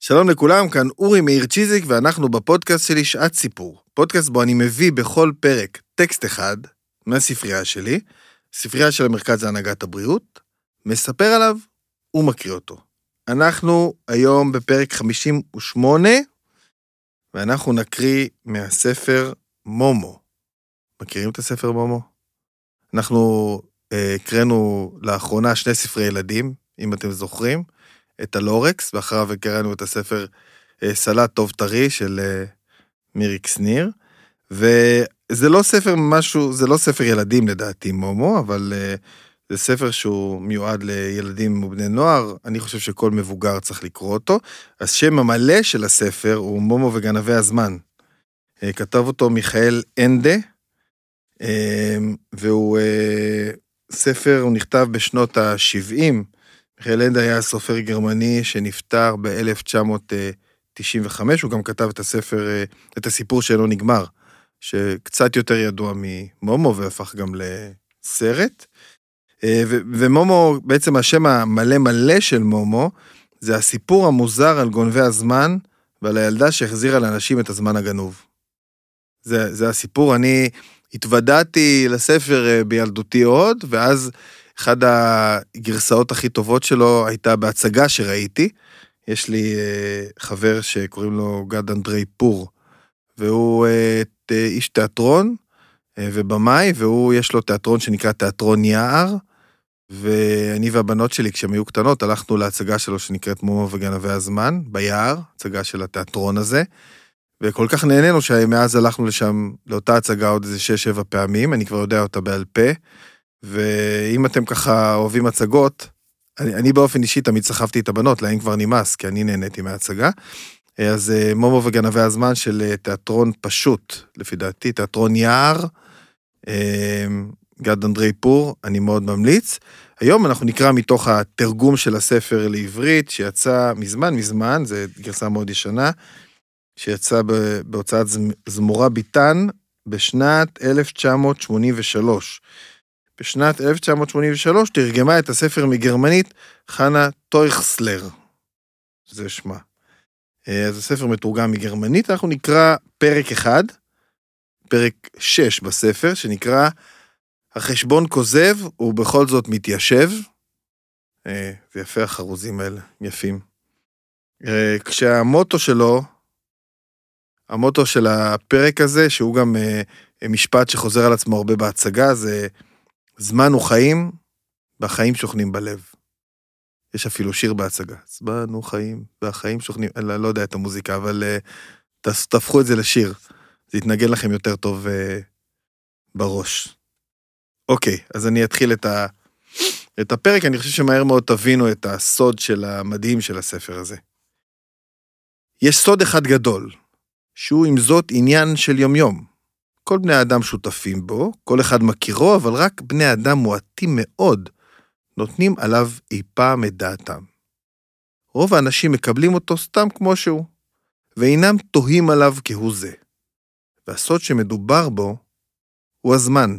שלום לכולם, כאן אורי מאיר צ'יזיק, ואנחנו בפודקאסט שלי שעת סיפור. פודקאסט בו אני מביא בכל פרק טקסט אחד מהספרייה שלי, ספרייה של המרכז להנהגת הבריאות, מספר עליו ומקריא אותו. אנחנו היום בפרק 58, ואנחנו נקריא מהספר מומו. מכירים את הספר מומו? אנחנו הקראנו לאחרונה שני ספרי ילדים, אם אתם זוכרים, את הלורקס, ואחריו הקראנו את הספר סלט טוב טרי של מיריק שניר, וזה לא ספר משהו, זה לא ספר ילדים לדעתי מומו, אבל זה ספר שהוא מיועד לילדים ובני נוער, אני חושב שכל מבוגר צריך לקרוא אותו. השם המלא של הספר הוא מומו וגנבי הזמן. כתב אותו מיכאל אנדה, והוא ספר, הוא נכתב בשנות ה-70, מיכאל אנדה היה סופר גרמני שנפטר ב-1995, הוא גם כתב את הספר, את הסיפור שלא נגמר, שקצת יותר ידוע ממומו והפך גם לסרט. ומומו, בעצם השם המלא מלא של מומו, זה הסיפור המוזר על גונבי הזמן, ועל הילדה שהחזירה לאנשים את הזמן הגנוב. זה הסיפור, אני התוודעתי לספר בילדותי עוד, ואז אחד הגרסאות הכי טובות שלו הייתה בהצגה שראיתי. יש לי חבר שקוראים לו גד אנדרי פור, והוא איש תיאטרון ובמאי, והוא יש לו תיאטרון שנקרא תיאטרון יער, ואני והבנות שלי כשהם היו קטנות הלכנו להצגה שלו שנקראת מומו וגנבי הזמן, ביער, הצגה של התיאטרון הזה, וכל כך נהנינו שמאז הלכנו לשם לאותה הצגה עוד איזה 6-7 פעמים, אני כבר יודע אותה בעל פה, ואם אתם ככה אוהבים הצגות, אני באופן אישי תמיד סחבתי את הבנות, להם כבר נמאס, כי אני נהניתי מההצגה. אז מומו וגנבי הזמן של תיאטרון פשוט, לפי דעתי, תיאטרון יער, גד אנדרי פור, אני מאוד ממליץ. היום אנחנו נקרא מתוך התרגום של הספר לעברית, שיצא מזמן, זו גרסה מאוד ישנה, שיצא בהוצאת זמורה ביטן בשנת 1983. בשנת 1983 תרגמה את הספר מגרמנית חנה טויכסלר. זה שמה. אז הספר מתורגם מגרמנית, אנחנו נקרא פרק 1, פרק 6 בספר, שנקרא החשבון כוזב ובכל זאת מתיישב. זה יפה החרוזים האלה, יפים. כשהמוטו שלו, המוטו של הפרק הזה, שהוא גם משפט שחוזר על עצמו הרבה בהצגה, זה זמן הוא חיים, והחיים שוכנים בלב. יש אפילו שיר בהצגה. זמן הוא חיים, והחיים שוכנים, אני לא יודע את המוזיקה, אבל תהפכו את זה לשיר. זה יתנגן לכם יותר טוב בראש. אוקיי, אז אני אתחיל את הפרק, אני חושב שמהר מאוד תבינו את הסוד של המדהים של הספר הזה. יש סוד אחד גדול, שהוא עם זאת עניין של יום-יום. כל בני האדם שותפים בו, כל אחד מכירו, אבל רק בני האדם מועטים מאוד, נותנים עליו אי פעם את דעתם. רוב האנשים מקבלים אותו סתם כמו שהוא, ואינם תוהים עליו כהוא זה. והסוד שמדובר בו הוא הזמן.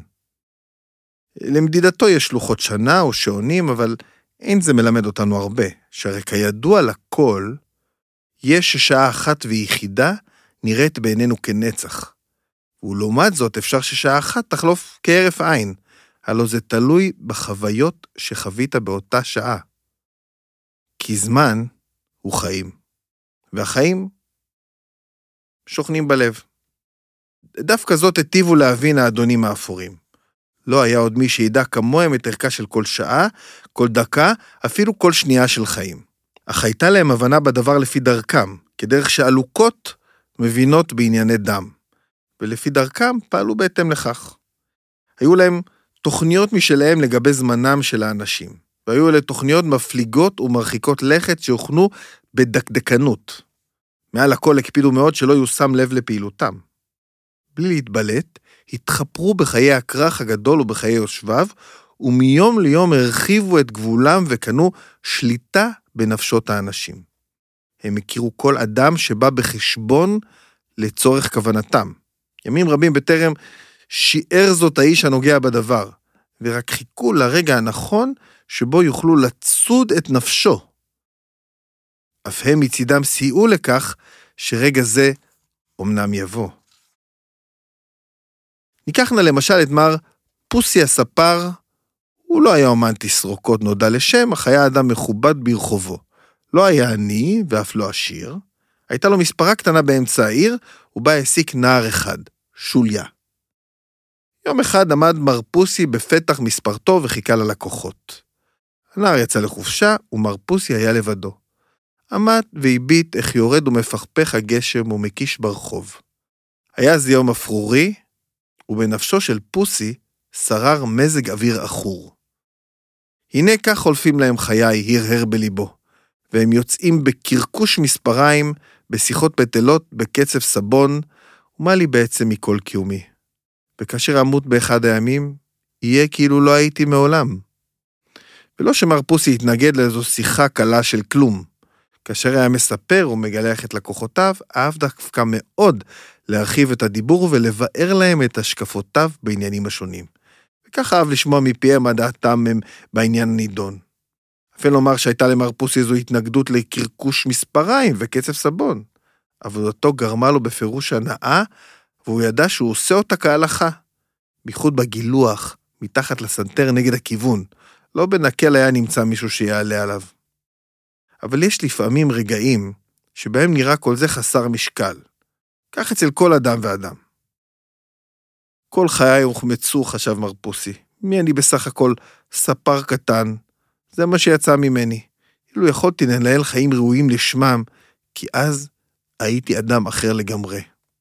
למדידתו יש לוחות שנה או שעונים, אבל אין זה מלמד אותנו הרבה, שהרי כידוע לכל, יש ששעה אחת ויחידה נראית בעינינו כנצח. ולעומת זאת אפשר ששעה אחת תחלוף כהרף עין, הלא זה תלוי בחוויות שחווית באותה שעה. כי זמן הוא חיים, והחיים שוכנים בלב. דווקא זאת היטיבו להבין האדונים האפורים. לא היה עוד מי שידע כמוהם את ערכה של כל שעה, כל דקה, אפילו כל שנייה של חיים. אך הייתה להם הבנה בדבר לפי דרכם, כדרך שעלוקות מבינות בענייני דם. ולפי דרכם פעלו בהתאם לכך. היו להם תוכניות משלהם לגבי זמנם של האנשים, והיו אלה תוכניות מפליגות ומרחיקות לכת שהוכנו בדקדקנות. מעל הכל הקפידו מאוד שלא יושם לב לפעילותם. בלי להתבלט, התחפרו בחיי הכרך הגדול ובחיי יושביו, ומיום ליום הרחיבו את גבולם וקנו שליטה בנפשות האנשים. הם הכירו כל אדם שבא בחשבון לצורך כוונתם. ימים רבים בטרם שיער זאת האיש הנוגע בדבר, ורק חיכו לרגע הנכון שבו יוכלו לצוד את נפשו. אף הם מצידם סייעו לכך שרגע זה אמנם יבוא. ניקחנה למשל את מר פוסי הספר, הוא לא היה אומן תסרוקות נודע לשם, אך היה אדם מכובד ברחובו. לא היה עני ואף לא עשיר. הייתה לו מספרה קטנה באמצע העיר, ובה העסיק נער אחד, שוליה. יום אחד עמד מר פוסי בפתח מספרתו וחיכה ללקוחות. הנער יצא לחופשה, ומר פוסי היה לבדו. עמד והביט איך יורד ומפכפך הגשם ומקיש ברחוב. היה זה יום אפרורי, ובנפשו של פוסי שרר מזג אוויר אחור. הנה כך חולפים להם חיי, הרהר בליבו, והם יוצאים בקרקוש מספריים, בשיחות בטלות, בקצב סבון, ומה לי בעצם מכל קיומי? וכאשר אמות באחד הימים, יהיה כאילו לא הייתי מעולם. ולא שמר פוסי התנגד לאיזו שיחה קלה של כלום. כאשר היה מספר ומגלח את לקוחותיו, אהב דווקא מאוד להרחיב את הדיבור ולבאר להם את השקפותיו בעניינים השונים. וכך אהב לשמוע מפיהם מה דעתם בעניין הנידון. אפילו לומר שהייתה למר פוסי איזו התנגדות לקרקוש מספריים וקצב סבון. עבודתו גרמה לו בפירוש הנאה, והוא ידע שהוא עושה אותה כהלכה. בייחוד בגילוח, מתחת לסנטר נגד הכיוון. לא בנקל היה נמצא מישהו שיעלה עליו. אבל יש לפעמים רגעים שבהם נראה כל זה חסר משקל. כך אצל כל אדם ואדם. כל חיי הוחמצו, חשב מר פוסי. מי אני בסך הכל ספר קטן? זה מה שיצא ממני. אילו יכולתי לנהל חיים ראויים לשמם, כי אז הייתי אדם אחר לגמרי.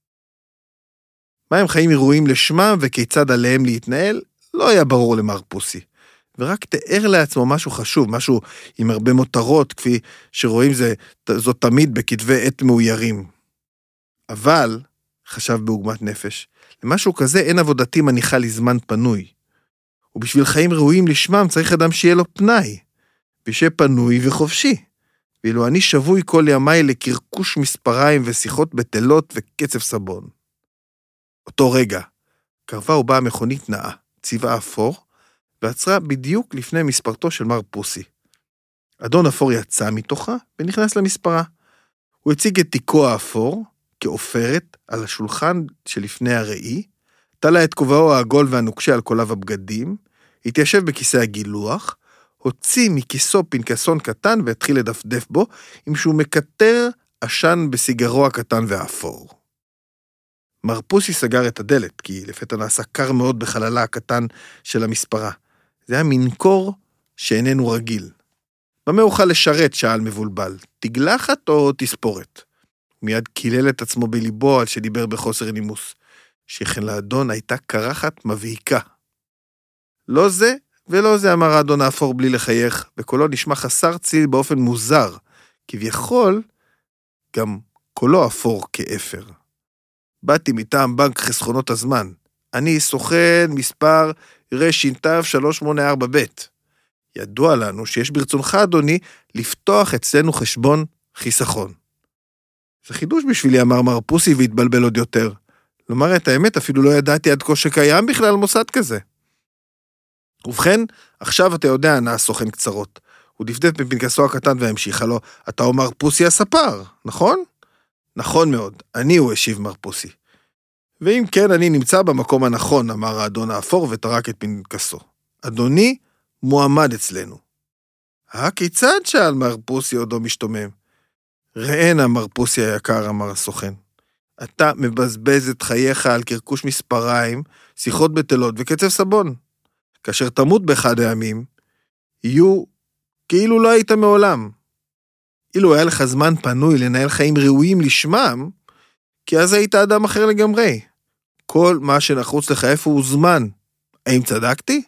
מה הם חיים ראויים לשמם וכיצד עליהם להתנהל, לא היה ברור למר פוסי. ורק תיאר לעצמו משהו חשוב, משהו עם הרבה מותרות, כפי שרואים זאת תמיד בכתבי עת מאוירים. אבל, חשב בעוגמת נפש, למשהו כזה אין עבודתי מניחה לי זמן פנוי. ובשביל חיים ראויים לשמם צריך אדם שיהיה לו פנאי, ושיהיה פנוי וחופשי. ואילו אני שבוי כל ימיי לקרקוש מספריים ושיחות בטלות וקצב סבון. אותו רגע, קרבה ובאה מכונית נאה, צבעה אפור, ועצרה בדיוק לפני מספרתו של מר פוסי. אדון אפור יצא מתוכה ונכנס למספרה. הוא הציג את תיקו האפור כאופרת על השולחן שלפני הראי, תלה את כובעו העגול והנוקשה על קוליו הבגדים, התיישב בכיסא הגילוח, הוציא מכיסו פנקסון קטן והתחיל לדפדף בו, עם שהוא מקטר עשן בסיגרו הקטן והאפור. מר פוסי סגר את הדלת, כי לפתע נעשה קר מאוד בחללה הקטן של המספרה. זה היה מנקור שאיננו רגיל. במה אוכל לשרת? שאל מבולבל. תגלחת או תספורת? מיד קילל את עצמו בליבו על שדיבר בחוסר נימוס. שכן לאדון הייתה קרחת מבהיקה. לא זה ולא זה, אמר האדון האפור בלי לחייך, וקולו נשמע חסר ציל באופן מוזר, כביכול גם קולו אפור כאפר. באתי מטעם בנק חסכונות הזמן. אני סוכן מספר רש"ת 384ב'. ידוע לנו שיש ברצונך, אדוני, לפתוח אצלנו חשבון חיסכון. זה חידוש בשבילי, אמר מר פוסי, והתבלבל עוד יותר. לומר את האמת, אפילו לא ידעתי עד כה שקיים בכלל מוסד כזה. ובכן, עכשיו אתה יודע, ענה הסוכן קצרות. הוא דפדף בפנקסו הקטן והמשיך. הלו, אתה אומר פוסי הספר, נכון? נכון מאוד, אני הוא, השיב מר פוסי. ואם כן, אני נמצא במקום הנכון, אמר האדון האפור וטרק את פנקסו. אדוני, מועמד אצלנו. כיצד? שאל מר פוסי עודו משתומם. ראינה, מר פוסי היקר, אמר הסוכן. אתה מבזבז את חייך על קרקוש מספריים, שיחות בטלות וקצב סבון. כאשר תמות באחד הימים, יהיו כאילו לא היית מעולם. אילו היה לך זמן פנוי לנהל חיים ראויים לשמם, כי אז היית אדם אחר לגמרי. כל מה שנחוץ לך איפה הוא זמן. האם צדקתי?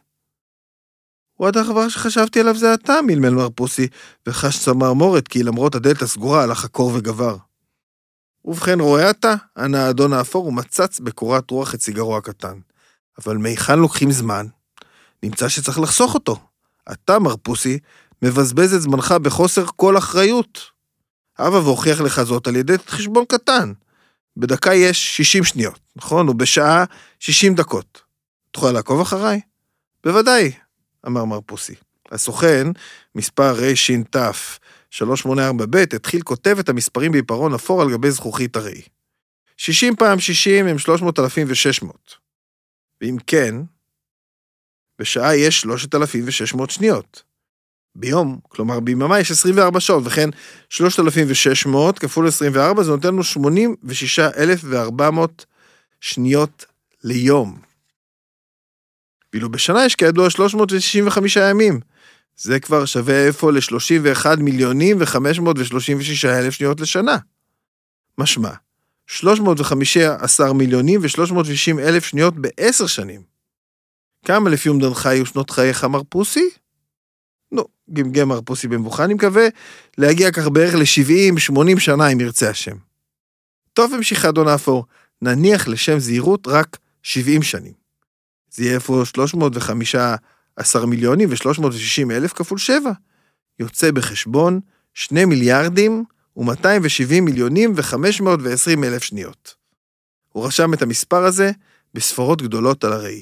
הוא הדבר שחשבתי עליו זה אתה, מלמל מר פוסי, וחש צמרמורת, כי למרות הדלת הסגורה הלך הקור וגבר. ובכן רואה אתה, ענה האדון האפור ומצץ בקורת רוח את סיגרו הקטן. אבל מיכן לוקחים זמן? נמצא שצריך לחסוך אותו. אתה, מר פוסי, מבזבז את זמנך בחוסר כל אחריות. אבא והוכיח לך זאת על ידי חשבון קטן. בדקה יש 60 שניות, נכון? ובשעה 60 דקות. תוכל לעקוב אחריי? בוודאי, אמר מר פוסי. הסוכן, מספר רש"ת 384ב, התחיל כותב את המספרים בעיפרון אפור על גבי זכוכית הראי. 60 פעם 60 הם 300,600. ואם כן, בשעה יש 3,600 שניות. ביום, כלומר ביממה יש 24 שעות, וכן 3,600 כפול 24, זה נותן לנו 86,400 שניות ליום. ואילו בשנה יש כידוע 365 ימים. זה כבר שווה איפה ל31,536,000 שניות לשנה. משמע, 315,360,000 שניות ב10 שנים. כמה לפי אומדנך יהיו שנות חייך מר פוסי? נו, גמגם מר פוסי במבוכה, אני מקווה להגיע כך בערך ל70-80 שנה אם ירצה השם. טוב, המשיך אדון אפור, נניח לשם זהירות רק 70 שנים. זה יהיה איפה 315,360,000 כפול 7. יוצא בחשבון 2,270,520,000 שניות. הוא רשם את המספר הזה בספרות גדולות על הראי.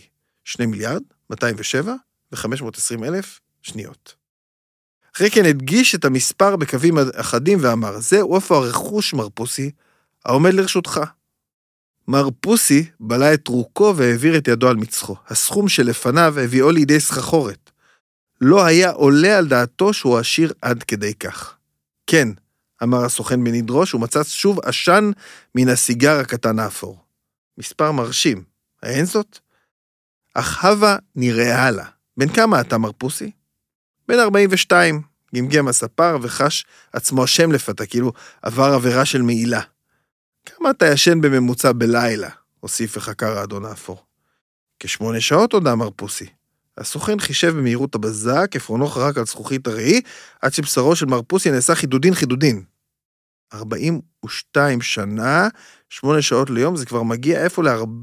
2,207,520,000 שניות. אחרי כן הדגיש את המספר בקווים אחדים ואמר, זהו איפה הרכוש מר פוסי העומד לרשותך. מר פוסי בלה את רוקו והעביר את ידו על מצחו. הסכום שלפניו הביאו לידי סחחורת. לא היה עולה על דעתו שהוא עשיר עד כדי כך. כן, אמר הסוכן בנדרוש, הוא מצא שוב עשן מן הסיגר הקטן האפור. מספר מרשים, אין זאת? אך הווה נראה לה. בן כמה אתה מר פוסי? בן 42, גמגם הספר וחש עצמו השם לפתה, כאילו עבר עבירה של מעילה. כמה אתה ישן בממוצע בלילה? הוסיף וחקר האדון האפור. כ8 שעות עוד אמר פוסי. הסוכן חישב במהירות הבזק, עפרונו חרק על זכוכית הראי, עד שבשרו של מר פוסי נעשה חידודין. 42 שנה, 8 שעות ליום, זה כבר מגיע איפה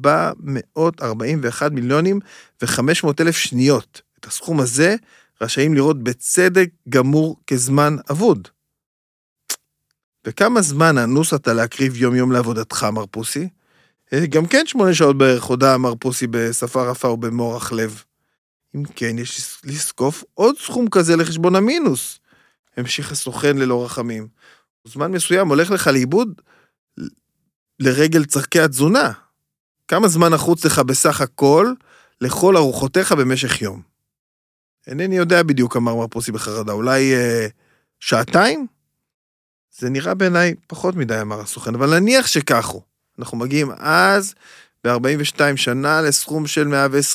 ל441,500,000 שניות. את הסכום הזה רשאים לראות בצדק גמור כזמן אבוד. וכמה זמן אנוס אתה להקריב יום יום לעבודתך, מר פוסי? גם כן 8 שעות בערך, הודע מר פוסי בשפה רפה ובמורח לב. אם כן, יש לסקוף עוד סכום כזה לחשבון המינוס. המשיך הסוכן ללא רחמים. זמן מסוים הולך לך לאיבוד לרגל צרכי התזונה. כמה זמן נחוץ לך בסך הכל לכל ארוחותיך במשך יום? אינני יודע בדיוק, אמר מר פוסי בחרדה, אולי 2 שעות? זה נראה בעיניי פחות מדי, אמר הסוכן, אבל נניח שכך הוא. אנחנו מגיעים אז ב-42 שנה לסכום של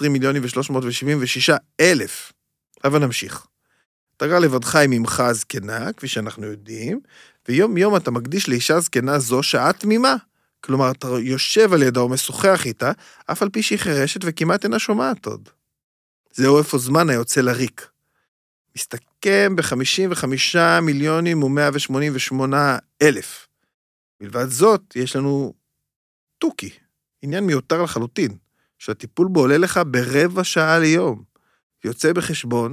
120,376,000. אבל נמשיך. תגר לבדך עם אמך הזקנה, כפי שאנחנו יודעים, ויום יום אתה מקדיש לאישה זקנה זו שעה תמימה. כלומר, אתה יושב על ידה ומשוחח איתה, אף על פי שהיא חרשת וכמעט אינה שומעת עוד. זהו איפה זמן היוצא לריק. מסתכם ב55,188,000. בלבד זאת, יש לנו טוקי, עניין מיותר לחלוטין, שהטיפול בו עולה לך ברבע שעה ליום. יוצא בחשבון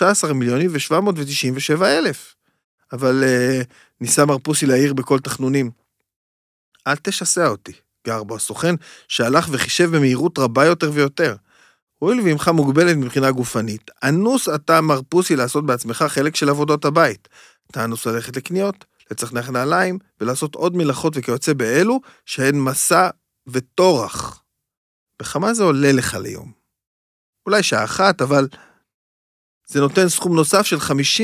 13,797,000. אבל ניסה מר פוסי להעיר בכל תחנונים. אל תשסע אותי, גר בו הסוכן, שהלך וחישב במהירות רבה יותר ויותר. הואיל ואמך מוגבלת מבחינה גופנית, אנוס אתה מר פוסי לעשות בעצמך חלק של עבודות הבית. אתה אנוס ללכת לקניות, לצחנח נעליים, ולעשות עוד מלאכות וכיוצא באלו, שהן מסע וטורח. בכמה זה עולה לך ליום? אולי שעה אחת, אבל זה נותן סכום נוסף של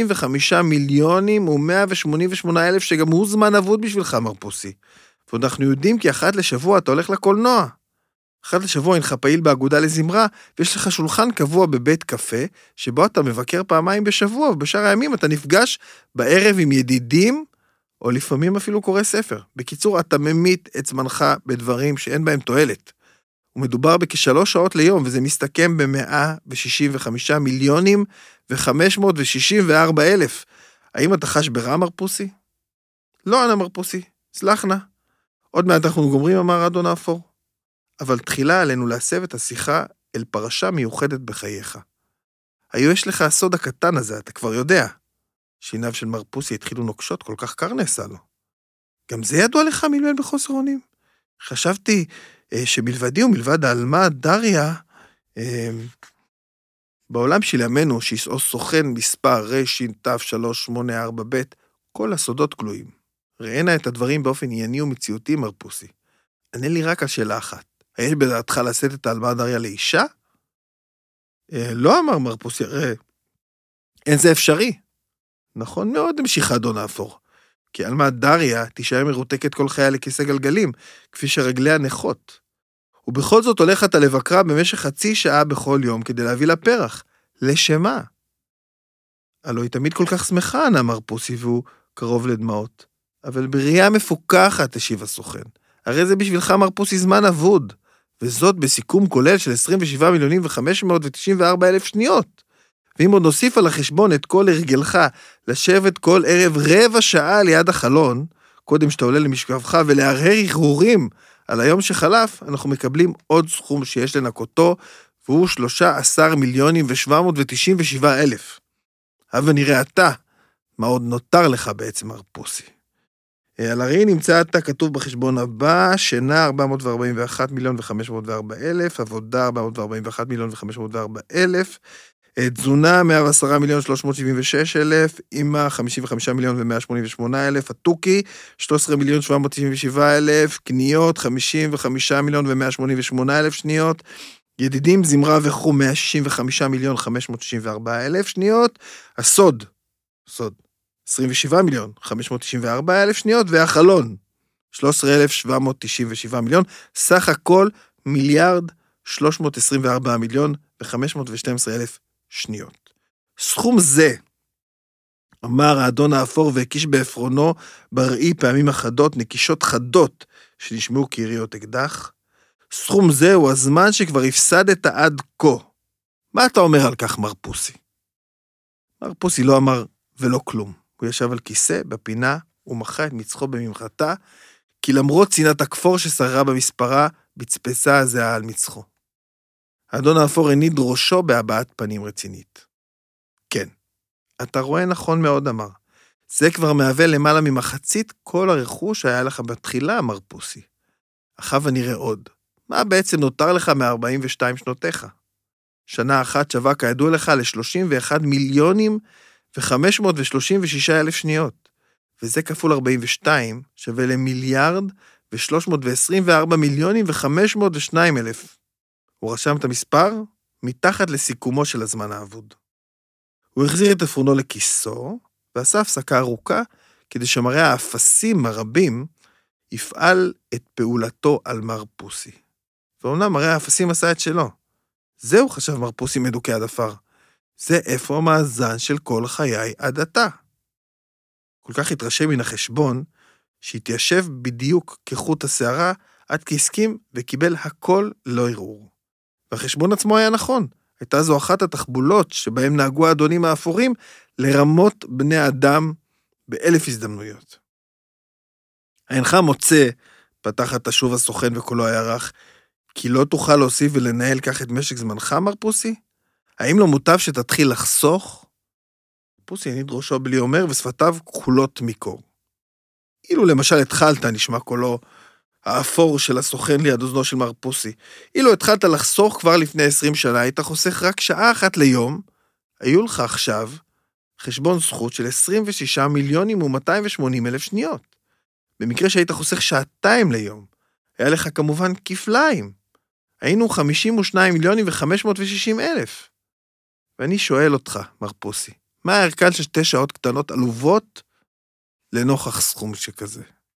55,188,000, שגם הוא זמן אבוד בשבילך, מר פוסי. ואנחנו יודעים כי אחת לשבוע אתה הולך לקולנוע. אחת לשבוע אינך פעיל באגודה לזמרה, ויש לך שולחן קבוע בבית קפה, שבו אתה מבקר פעמיים בשבוע, ובשאר הימים אתה נפגש בערב עם ידידים, או לפעמים אפילו קורא ספר. בקיצור, אתה ממית את זמנך בדברים שאין בהם תועלת. ומדובר בכ3 שעות ליום, וזה מסתכם ב165,564,000. האם אתה חש ברע, מר פוסי? לא, אנא מר פוסי, סלח נא. עוד מעט אנחנו גומרים, אמר אדון האפור. אבל תחילה עלינו להסב את השיחה אל פרשה מיוחדת בחייך. היו יש לך הסוד הקטן הזה, אתה כבר יודע. שיניו של מר פוסי התחילו נוקשות, כל כך קר נעשה לו. גם זה ידוע לך מלבד בחוסר אונים? חשבתי שמלבדי ומלבד העלמה דריה, בעולם של ימינו, שיסעו סוכן מספר רש"ת384ב', כל הסודות גלויים. ראינה את הדברים באופן ענייני ומציאותי, מר פוסי. ענה לי רק על שאלה אחת. היש בדעתך לשאת את העלמה דריה לאישה? לא, אמר מר פוסי, הרי אין זה אפשרי. נכון מאוד, המשיך האדון האפור. כי עלמה דריה תישאר מרותקת כל חייה לכיסא גלגלים, כפי שרגליה נכות. ובכל זאת הולך אתה לבקרה במשך 0.5 שעה בכל יום כדי להביא לה פרח. לשמה? הלוא היא תמיד כל כך שמחה, אמר פוסי, והוא קרוב לדמעות. אבל בראייה מפוקחת, השיב הסוכן. הרי זה בשבילך, מר פוסי, זמן אבוד, וזאת בסיכום כולל של 27,594,000 שניות. ואם עוד נוסיף על החשבון את כל הרגלך, לשבת כל ערב 15 שעה ליד החלון, קודם שאתה עולה למשכבך ולהרהר הרהורים על היום שחלף, אנחנו מקבלים עוד סכום שיש לנקותו, והוא 13,797,000. אבל נראה אתה, מה עוד נותר לך בעצם, מר פוסי. על הרי נמצא אתה כתוב בחשבון הבא, שינה 441,504,000, עבודה 441,504,000, תזונה 110,376,000, אמא 55,188,000, התוכי 13,797,000, קניות 55,188,000 שניות, ידידים, זמרה וכו' 165,594,000 שניות, הסוד 27,594,000 שניות, והחלון 13,797,000,000, סך הכל 1,324,512,000 שניות. סכום זה, אמר האדון האפור והקיש בעפרונו בראי פעמים אחדות, נקישות חדות שנשמעו כיריות אקדח, סכום זה הוא הזמן שכבר הפסדת עד כה. מה אתה אומר על כך, מר פוסי? מר פוסי לא אמר ולא כלום. הוא ישב על כיסא בפינה ומחה את מצחו בממחתה, כי למרות צנעת הכפור ששררה במספרה, בצפסה הזהה על מצחו. האדון האפור הניד ראשו בהבעת פנים רצינית. כן, אתה רואה נכון מאוד, אמר. זה כבר מהווה למעלה ממחצית כל הרכוש שהיה לך בתחילה, אמר פוסי. אחריו הנראה עוד. מה בעצם נותר לך מ-42 שנותיך? שנה אחת שווה כידוע לך ל31,536,000 שניות, וזה כפול 42 שווה ל1,324,502,000. הוא רשם את המספר מתחת לסיכומו של הזמן האבוד. הוא החזיר את עפרונו לכיסו, ועשה הפסקה ארוכה כדי שמראה האפסים הרבים יפעל את פעולתו על מר פוסי. ואומנם מראה האפסים עשה את שלו. זהו, חשב מר פוסי מדוכא עד עפר. זה איפה המאזן של כל חיי עד עתה. כל כך התרשם מן החשבון, שהתיישב בדיוק כחוט השערה, עד כי הסכים וקיבל הכל לא ערעור. והחשבון עצמו היה נכון. הייתה זו אחת התחבולות שבהם נהגו האדונים האפורים לרמות בני אדם ב1,000 הזדמנויות. אינך מוצא, פתח את שוב הסוכן וקולו היה רך, כי לא תוכל להוסיף ולנהל כך את משק זמנך, מר פוסי? האם לא מוטב שתתחיל לחסוך? פוסי הניד ראשו בלי אומר ושפתיו כחולות מקור. אילו למשל התחלת, נשמע קולו האפור של הסוכן ליד אוזנו של מר פוסי, אילו התחלת לחסוך כבר לפני 20 שנה, היית חוסך רק שעה אחת ליום, היו לך עכשיו חשבון זכות של 26,280,000 שניות. במקרה שהיית חוסך 2 ליום, היה לך כמובן כפליים. היינו 52,560,000. ואני שואל אותך, מר פוסי, מה הערכן של 2 שעות קטנות עלובות לנוכח סכום שכזה?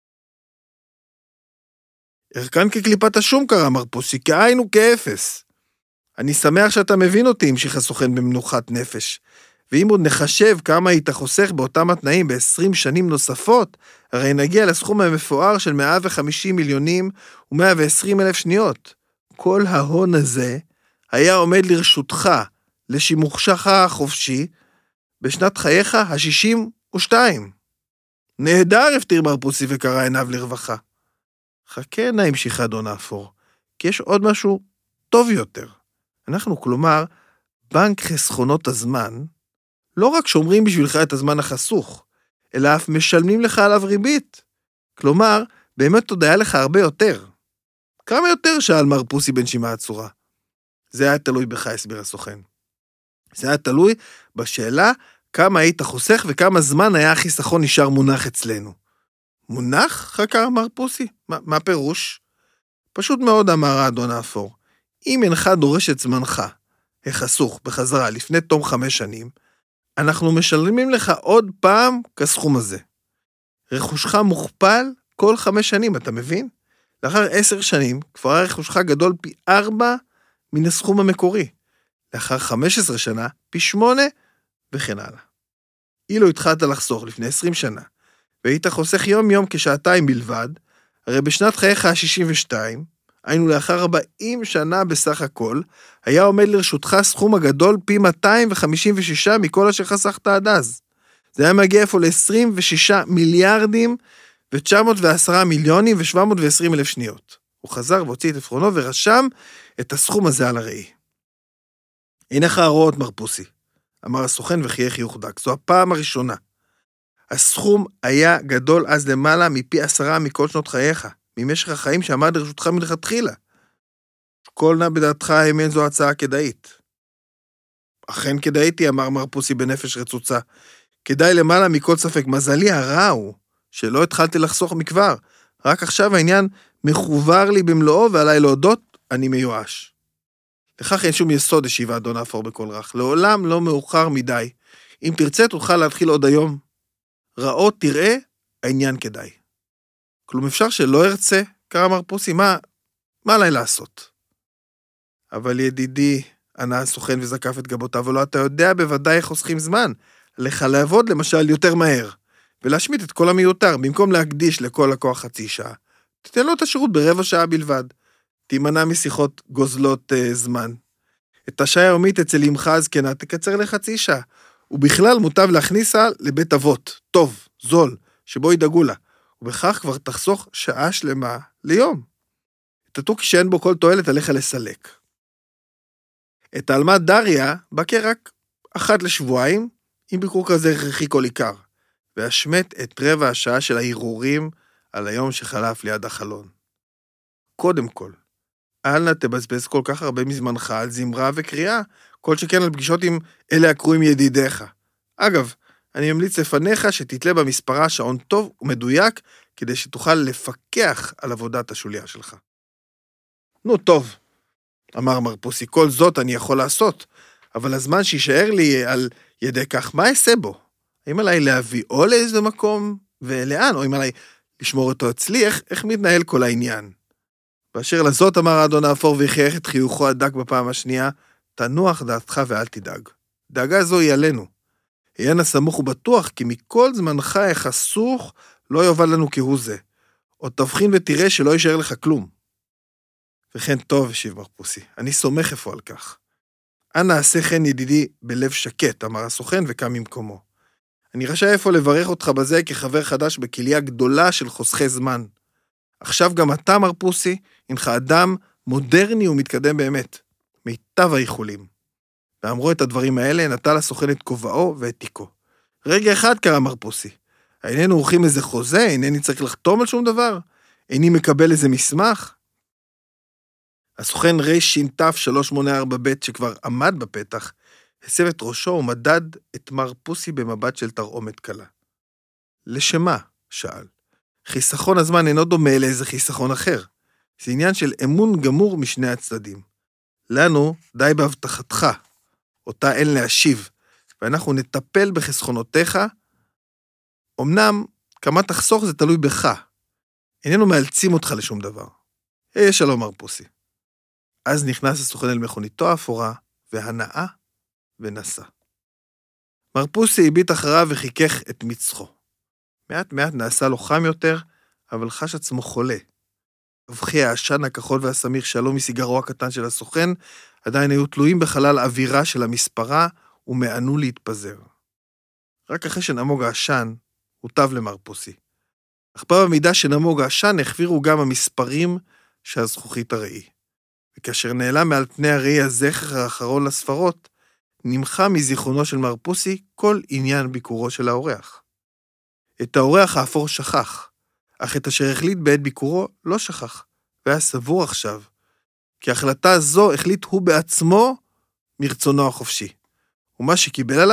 ערכן כקליפת השום קרה, מר פוסי, כעין וכאפס. אני שמח שאתה מבין אותי, המשיך הסוכן במנוחת נפש. ואם עוד נחשב כמה היית חוסך באותם התנאים ב20 שנים נוספות, הרי נגיע לסכום המפואר של 150,120,000 שניות. כל ההון הזה היה עומד לרשותך, לשימושך החופשי, בשנת חייך ה-62. נהדר, הפתיר מר פוסי וקרא עיניו לרווחה. חכה נא, המשיך האדון האפור, כי יש עוד משהו טוב יותר. אנחנו, כלומר, בנק חסכונות הזמן, לא רק שומרים בשבילך את הזמן החסוך, אלא אף משלמים לך עליו ריבית. כלומר, באמת עוד היה לך הרבה יותר. כמה יותר, שאל מר פוסי בנשימה עצורה. זה היה תלוי בך, הסביר הסוכן. זה היה תלוי בשאלה כמה היית חוסך וכמה זמן היה החיסכון נשאר מונח אצלנו. מונח? חקר מר פוסי. מה פירוש? פשוט מאוד אמר האדון האפור. אם אינך דורש את זמנך, החסוך בחזרה לפני תום 5 שנים, אנחנו משלמים לך עוד פעם כסכום הזה. רכושך מוכפל כל 5 שנים, אתה מבין? לאחר 10 שנים, כבר הרכושך גדול פי 4 מן הסכום המקורי. לאחר 15 שנה, פי 8 וכן הלאה. אילו התחלת לחסוך לפני 20 שנה, והיית חוסך יום כשעתיים בלבד, הרי בשנת חייך ה-62, היינו לאחר 40 שנה בסך הכל, היה עומד לרשותך סכום הגדול פי 256 מכל אשר חסכת עד אז. זה היה מגיע איפה ל-26 מיליארדים ו-910 מיליונים ו-720 אלף שניות. הוא חזר והוציא את עפרונו ורשם את הסכום הזה על הראי. אינך הרואות מר פוסי, אמר הסוכן וחייך חיוך דק. זו הפעם הראשונה. הסכום היה גדול אז למעלה מפי 10 מכל שנות חייך, ממשך החיים שעמד לרשותך מלכתחילה. כל נא בדעתך האמן זו הצעה כדאית. אכן כדאיתי, אמר מר פוסי בנפש רצוצה. כדאי למעלה מכל ספק. מזלי הרע הוא שלא התחלתי לחסוך מכבר. רק עכשיו העניין מחובר לי במלואו, ועליי להודות, אני מיואש. לכך אין שום יסוד, השיב האדון האפור בקול רך. לעולם לא מאוחר מדי. אם תרצה תוכל להתחיל עוד היום. ראות תראה, העניין כדאי. כלום אפשר שלא ארצה, קרא מר פוסי, מה עליי לעשות? אבל ידידי, ענה הסוכן וזקף את גבותיו, ולא אתה יודע בוודאי חוסכים זמן, לך לעבוד למשל יותר מהר, ולהשמיט את כל המיותר, במקום להקדיש לכל לקוח 0.5 שעה, תתן לו את השירות ב15 שעה בלבד, תימנע משיחות גוזלות זמן. את השעה היומית אצל אמך הזקנה תקצר ל0.5 שעה, ובכלל מוטב להכניסה לבית אבות, טוב, זול, שבו ידאגו לה, ובכך כבר תחסוך שעה שלמה ליום. את התוכי שאין בו כל תועלת עליך לסלק. את העלמת דריה בקר רק 1 לשבועיים, עם ביקור כזה הכרחי כל עיקר, והשמט את רבע השעה של ההרהורים על היום שחלף ליד החלון. קודם כל, אל נא תבזבז כל כך הרבה מזמנך על זמרה וקריאה, כל שכן על פגישות עם אלה הקרויים ידידיך. אגב, אני ממליץ לפניך שתתלה במספרה שעון טוב ומדויק, כדי שתוכל לפקח על עבודת השוליה שלך. נו טוב, אמר מר פוסי, כל זאת אני יכול לעשות, אבל הזמן שישאר לי על ידי כך, מה אעשה בו? האם עליי להביא או לאיזה מקום ולאן, או אם עליי לשמור אותו אצלי, איך מתנהל כל העניין? באשר לזאת אמר האדון האפור והחייך את חיוכו הדק בפעם השנייה, תנוח דעתך ואל תדאג. דאגה זו היא עלינו. היה סמוך ובטוח כי מכל זמנך החסוך לא יובל לנו כהוא זה. עוד תבחין ותראה שלא יישאר לך כלום. וכן טוב, השיב מר פוסי, אני סומך אפוא על כך. אנא עשה כן ידידי בלב שקט, אמר הסוכן וקם ממקומו. אני רשאי אפוא לברך אותך בזה כחבר חדש בקהילה גדולה של חוסכי זמן. עכשיו גם אתה מר פוסי, אינך אדם מודרני ומתקדם באמת. מיטב האיחולים. ואמרו את הדברים האלה, נטל הסוכן את כובעו ואת תיקו. רגע אחד קרא מר פוסי. איננו עורכים איזה חוזה, אינני צריך לחתום על שום דבר, איני מקבל איזה מסמך. הסוכן רש"ת 384ב' שכבר עמד בפתח, הסב את ראשו ומדד את מר פוסי במבט של תרעומת קלה. לשמה? שאל. חיסכון הזמן אינו דומה לאיזה חיסכון אחר. זה עניין של אמון גמור משני הצדדים. לנו די בהבטחתך, אותה אין להשיב, ואנחנו נטפל בחסכונותיך. אמנם כמה תחסוך זה תלוי בך. איננו מאלצים אותך לשום דבר. שלום מר פוסי. אז נכנס הסוכן אל מכוניתו האפורה, והנאה ונסע. מר פוסי הביט אחריו וחיכך את מצחו. מעט מעט נעשה לו חם יותר, אבל חש עצמו חולה. אבחי העשן הכחול והסמיך שעלו מסיגרו הקטן של הסוכן, עדיין היו תלויים בחלל אווירה של המספרה, ומענו להתפזר. רק אחרי שנמוג העשן, הוטב למר פוסי. אך במידה שנמוג העשן, החבירו גם המספרים שהזכוכית הראי. וכאשר נעלם מעל פני הראי הזכר האחרון לספרות, נמחה מזיכרונו של מר פוסי כל עניין ביקורו של האורח. את האורח האפור שכח, אך את אשר החליט בעת ביקורו לא שכח, והיה סבור עכשיו, כי החלטה זו החליט הוא בעצמו מרצונו החופשי, ומה שקיבל עליו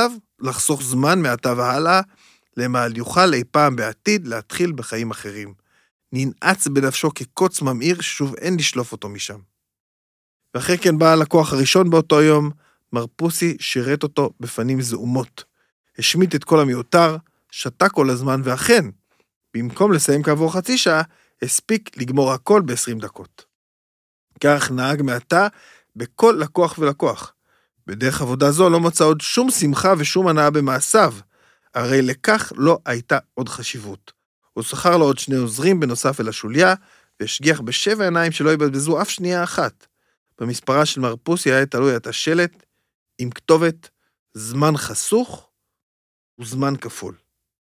לחסוך זמן מעתה והלאה, למען יוכל אי פעם בעתיד להתחיל בחיים אחרים. ננעץ בנפשו כקוץ ממאיר ששוב אין לשלוף אותו משם. ואחרי כן בא הלקוח הראשון באותו יום, מר פוסי שירת אותו בפנים זעומות. השמיט את כל המיותר, שתה כל הזמן, ואכן, במקום לסיים כעבור חצי שעה, הספיק לגמור הכל ב-20 דקות. כך נהג מעתה בכל לקוח ולקוח. בדרך עבודה זו לא מצא עוד שום שמחה ושום הנאה במעשיו, הרי לכך לא הייתה עוד חשיבות. הוא שכר לו עוד 2 עוזרים בנוסף אל השוליה, והשגיח ב7 עיניים שלא יבזבזו אף שנייה אחת. במספרה של מר פוסי היה תלוי את השלט עם כתובת זמן חסוך וזמן כפול.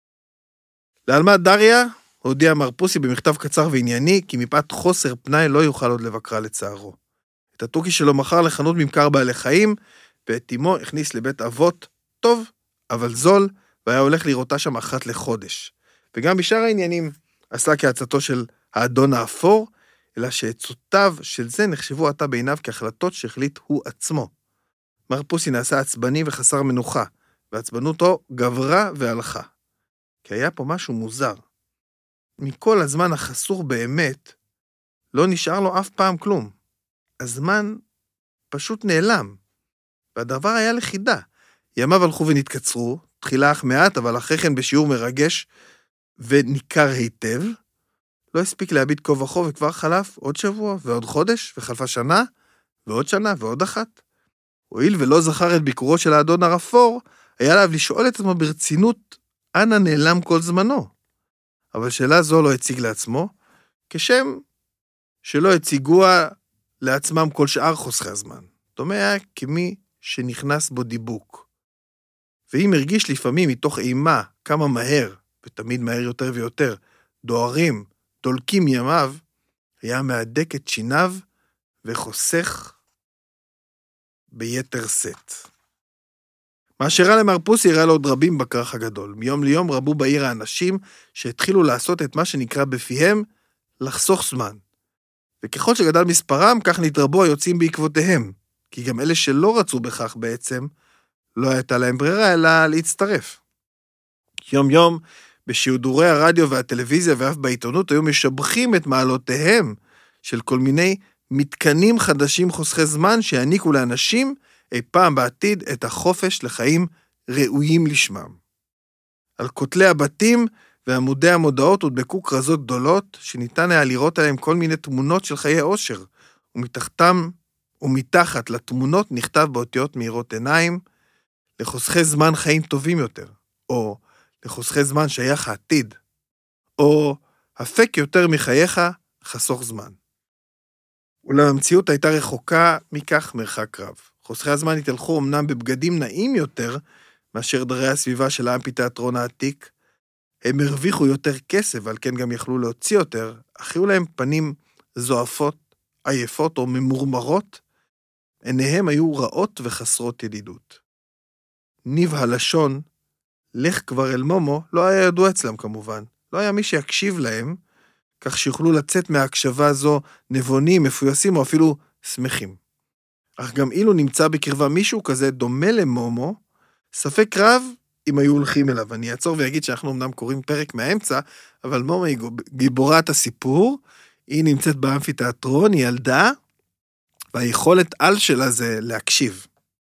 לעלמת דריה הודיע מר פוסי במכתב קצר וענייני, כי מפאת חוסר פנאי לא יוכל עוד לבקרה לצערו. את התוכי שלו מכר לחנות ממכר בעלי חיים, ואת אמו הכניס לבית אבות טוב, אבל זול, והיה הולך לראותה שם אחת לחודש. וגם בשאר העניינים עשה כעצתו של האדון האפור, אלא שעצותיו של זה נחשבו עתה בעיניו כהחלטות שהחליט הוא עצמו. מר פוסי נעשה עצבני וחסר מנוחה, ועצבנותו גברה והלכה. כי היה פה משהו מוזר. מכל הזמן החסוך באמת, לא נשאר לו אף פעם כלום. הזמן פשוט נעלם, והדבר היה לחידה. ימיו הלכו ונתקצרו, תחילה אך מעט, אבל אחרי כן בשיעור מרגש וניכר היטב, לא הספיק להביט כה וכה, וכבר חלף עוד שבוע ועוד חודש, וחלפה שנה ועוד שנה ועוד אחת. הואיל ולא זכר את ביקורו של האדון הרפור, היה עליו לשאול את עצמו ברצינות, אנה נעלם כל זמנו. אבל שאלה זו לא הציג לעצמו, כשם שלא הציגוה לעצמם כל שאר חוסכי הזמן. דומה כמי שנכנס בו דיבוק. ואם הרגיש לפעמים מתוך אימה כמה מהר, ותמיד מהר יותר ויותר, דוהרים, דולקים ימיו, היה מהדק את שיניו וחוסך ביתר סט. מה שראה למר פוסי הראה לו עוד רבים בכרך הגדול. מיום ליום רבו בעיר האנשים שהתחילו לעשות את מה שנקרא בפיהם לחסוך זמן. וככל שגדל מספרם, כך נתרבו היוצאים בעקבותיהם, כי גם אלה שלא רצו בכך בעצם, לא הייתה להם ברירה אלא להצטרף. יום יום, בשידורי הרדיו והטלוויזיה ואף בעיתונות, היו משבחים את מעלותיהם של כל מיני מתקנים חדשים חוסכי זמן שיעניקו לאנשים אי פעם בעתיד את החופש לחיים ראויים לשמם. על כותלי הבתים ועמודי המודעות הודבקו כרזות גדולות, שניתן היה לראות עליהם כל מיני תמונות של חיי עושר, ומתחת לתמונות נכתב באותיות מהירות עיניים, לחוסכי זמן חיים טובים יותר, או לחוסכי זמן שייך העתיד, או הפק יותר מחייך חסוך זמן. אולם המציאות הייתה רחוקה מכך מרחק רב. חוסכי הזמן התהלכו אמנם בבגדים נעים יותר, מאשר דרי הסביבה של האמפיתיאטרון העתיק, הם הרוויחו יותר כסף, ועל כן גם יכלו להוציא יותר, אך היו להם פנים זועפות, עייפות או ממורמרות, עיניהם היו רעות וחסרות ידידות. ניב הלשון, לך כבר אל מומו, לא היה ידוע אצלם כמובן. לא היה מי שיקשיב להם, כך שיוכלו לצאת מההקשבה הזו נבונים, מפויסים או אפילו שמחים. אך גם אילו נמצא בקרבה מישהו כזה דומה למומו, ספק רב אם היו הולכים אליו. אני אעצור ויגיד שאנחנו אמנם קוראים פרק מהאמצע, אבל מומו היא גיבורת הסיפור, היא נמצאת באמפיתיאטרון, היא ילדה, והיכולת על שלה זה להקשיב.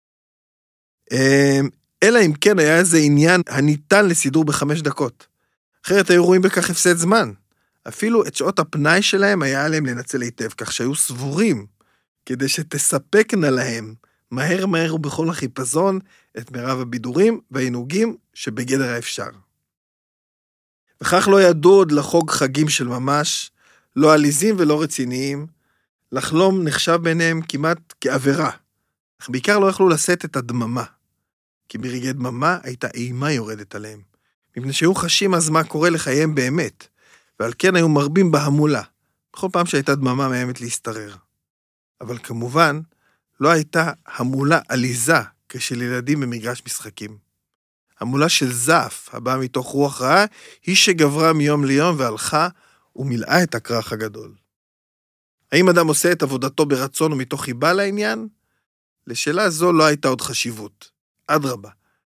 אלא אם כן היה איזה עניין הניתן לסידור ב5 דקות. אחרת היו רואים בכך הפסד זמן. אפילו את שעות הפנאי שלהם היה עליהם לנצל היטב, כך שהיו סבורים, כדי שתספקנה להם מהר מהר ובכל החיפזון את מרב הבידורים והעינוגים שבגדר האפשר. וכך לא ידעו עוד לחוג חגים של ממש, לא עליזים ולא רציניים, לחלום נחשב ביניהם כמעט כעבירה, אך בעיקר לא יכלו לשאת את הדממה, כי ברגעי דממה הייתה אימה יורדת עליהם, מפני שהיו חשים אז מה קורה לחייהם באמת, ועל כן היו מרבים בהמולה, בכל פעם שהייתה דממה מאיימת להסתרר. אבל כמובן, לא הייתה המולה עליזה כשל ילדים במגרש משחקים. המולה של זעף, הבאה מתוך רוח רעה, היא שגברה מיום ליום והלכה ומילאה את הכרך הגדול. האם אדם עושה את עבודתו ברצון ומתוך חיבה לעניין? לשאלה זו לא הייתה עוד חשיבות. אדרבה,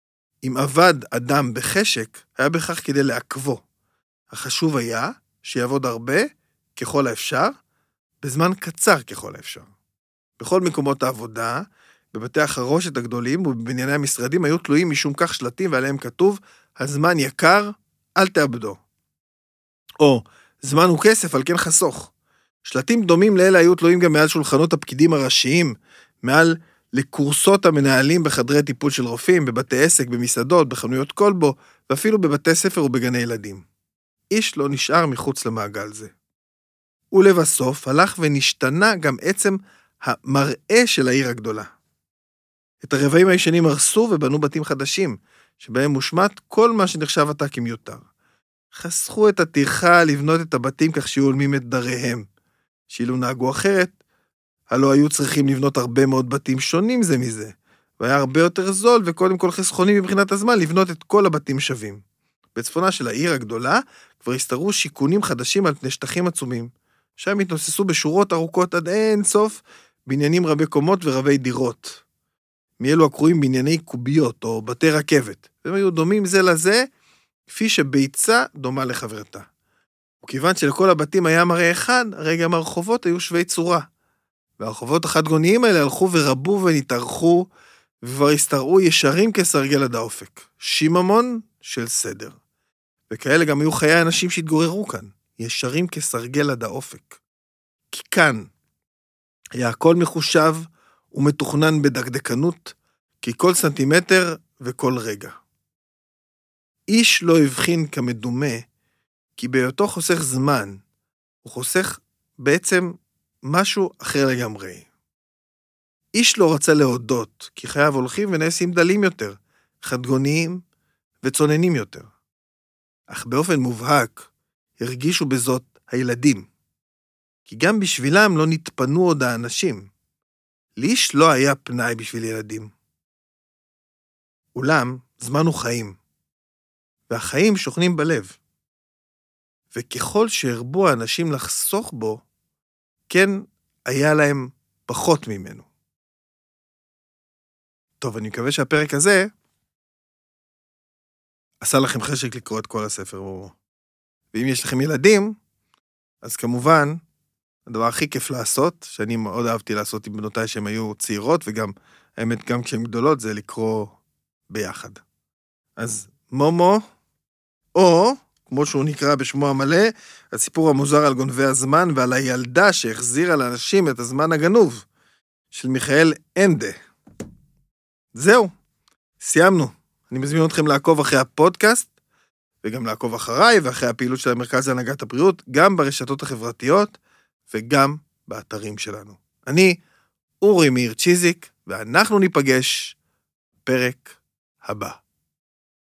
אם עבד אדם בחשק, היה בכך כדי לעכבו. החשוב היה שיעבוד הרבה, ככל האפשר, בזמן קצר ככל האפשר. בכל מקומות העבודה, בבתי החרושת הגדולים ובבנייני המשרדים היו תלויים משום כך שלטים ועליהם כתוב, הזמן יקר, אל תאבדו. או, זמן הוא כסף, על כן חסוך. שלטים דומים לאלה היו תלויים גם מעל שולחנות הפקידים הראשיים, מעל לקורסות המנהלים בחדרי טיפול של רופאים, בבתי עסק, במסעדות, בחנויות כלבו, ואפילו בבתי ספר ובגני ילדים. איש לא נשאר מחוץ למעגל זה. ולבסוף הלך ונשתנה גם עצם המראה של העיר הגדולה. את הרבעים הישנים הרסו ובנו בתים חדשים, שבהם מושמט כל מה שנחשב עתה כמיותר. חסכו את הטרחה לבנות את הבתים כך שיהיו הולמים את דריהם. שאילו נהגו אחרת, הלא היו צריכים לבנות הרבה מאוד בתים שונים זה מזה, והיה הרבה יותר זול וקודם כל חסכוני מבחינת הזמן לבנות את כל הבתים שווים. בצפונה של העיר הגדולה כבר הסתרו שיכונים חדשים על פני שטחים עצומים, שם התנוססו בשורות ארוכות עד אין סוף בניינים רבי קומות ורבי דירות. מאלו הקרויים בנייני קוביות או בתי רכבת, והם היו דומים זה לזה, כפי שביצה דומה לחברתה. וכיוון שלכל הבתים היה מראה אחד, הרי גם הרחובות היו שווי צורה. והרחובות החד-גוניים האלה הלכו ורבו ונתארכו, וכבר הסתרעו ישרים כסרגל עד האופק. שיממון של סדר. וכאלה גם היו חיי האנשים שהתגוררו כאן, ישרים כסרגל עד האופק. כי כאן היה הכל מחושב ומתוכנן בדקדקנות, כי כל סנטימטר וכל רגע. איש לא הבחין כמדומה, כי בהיותו חוסך זמן, הוא חוסך בעצם משהו אחר לגמרי. איש לא רצה להודות, כי חייו הולכים ונעשים דלים יותר, חדגוניים וצוננים יותר. אך באופן מובהק הרגישו בזאת הילדים, כי גם בשבילם לא נתפנו עוד האנשים. לאיש לא היה פנאי בשביל ילדים. אולם זמן הוא חיים, והחיים שוכנים בלב. וככל שהרבו האנשים לחסוך בו, כן היה להם פחות ממנו. טוב, אני מקווה שהפרק הזה עשה לכם חשק לקרוא את כל הספר. ואם יש לכם ילדים, אז כמובן, הדבר הכי כיף לעשות, שאני מאוד אהבתי לעשות עם בנותיי שהן היו צעירות, וגם, האמת, גם כשהן גדולות, זה לקרוא ביחד. אז מומו, או, כמו שהוא נקרא בשמו המלא, הסיפור המוזר על גונבי הזמן, ועל הילדה שהחזירה לאנשים את הזמן הגנוב, של מיכאל אנדה. זהו, סיימנו. אני מזמין אתכם לעקוב אחרי הפודקאסט, וגם לעקוב אחריי, ואחרי הפעילות של המרכז להנהגת הבריאות, גם ברשתות החברתיות, וגם באתרים שלנו. אני אורי מאיר צ'יזיק, ואנחנו ניפגש בפרק הבא.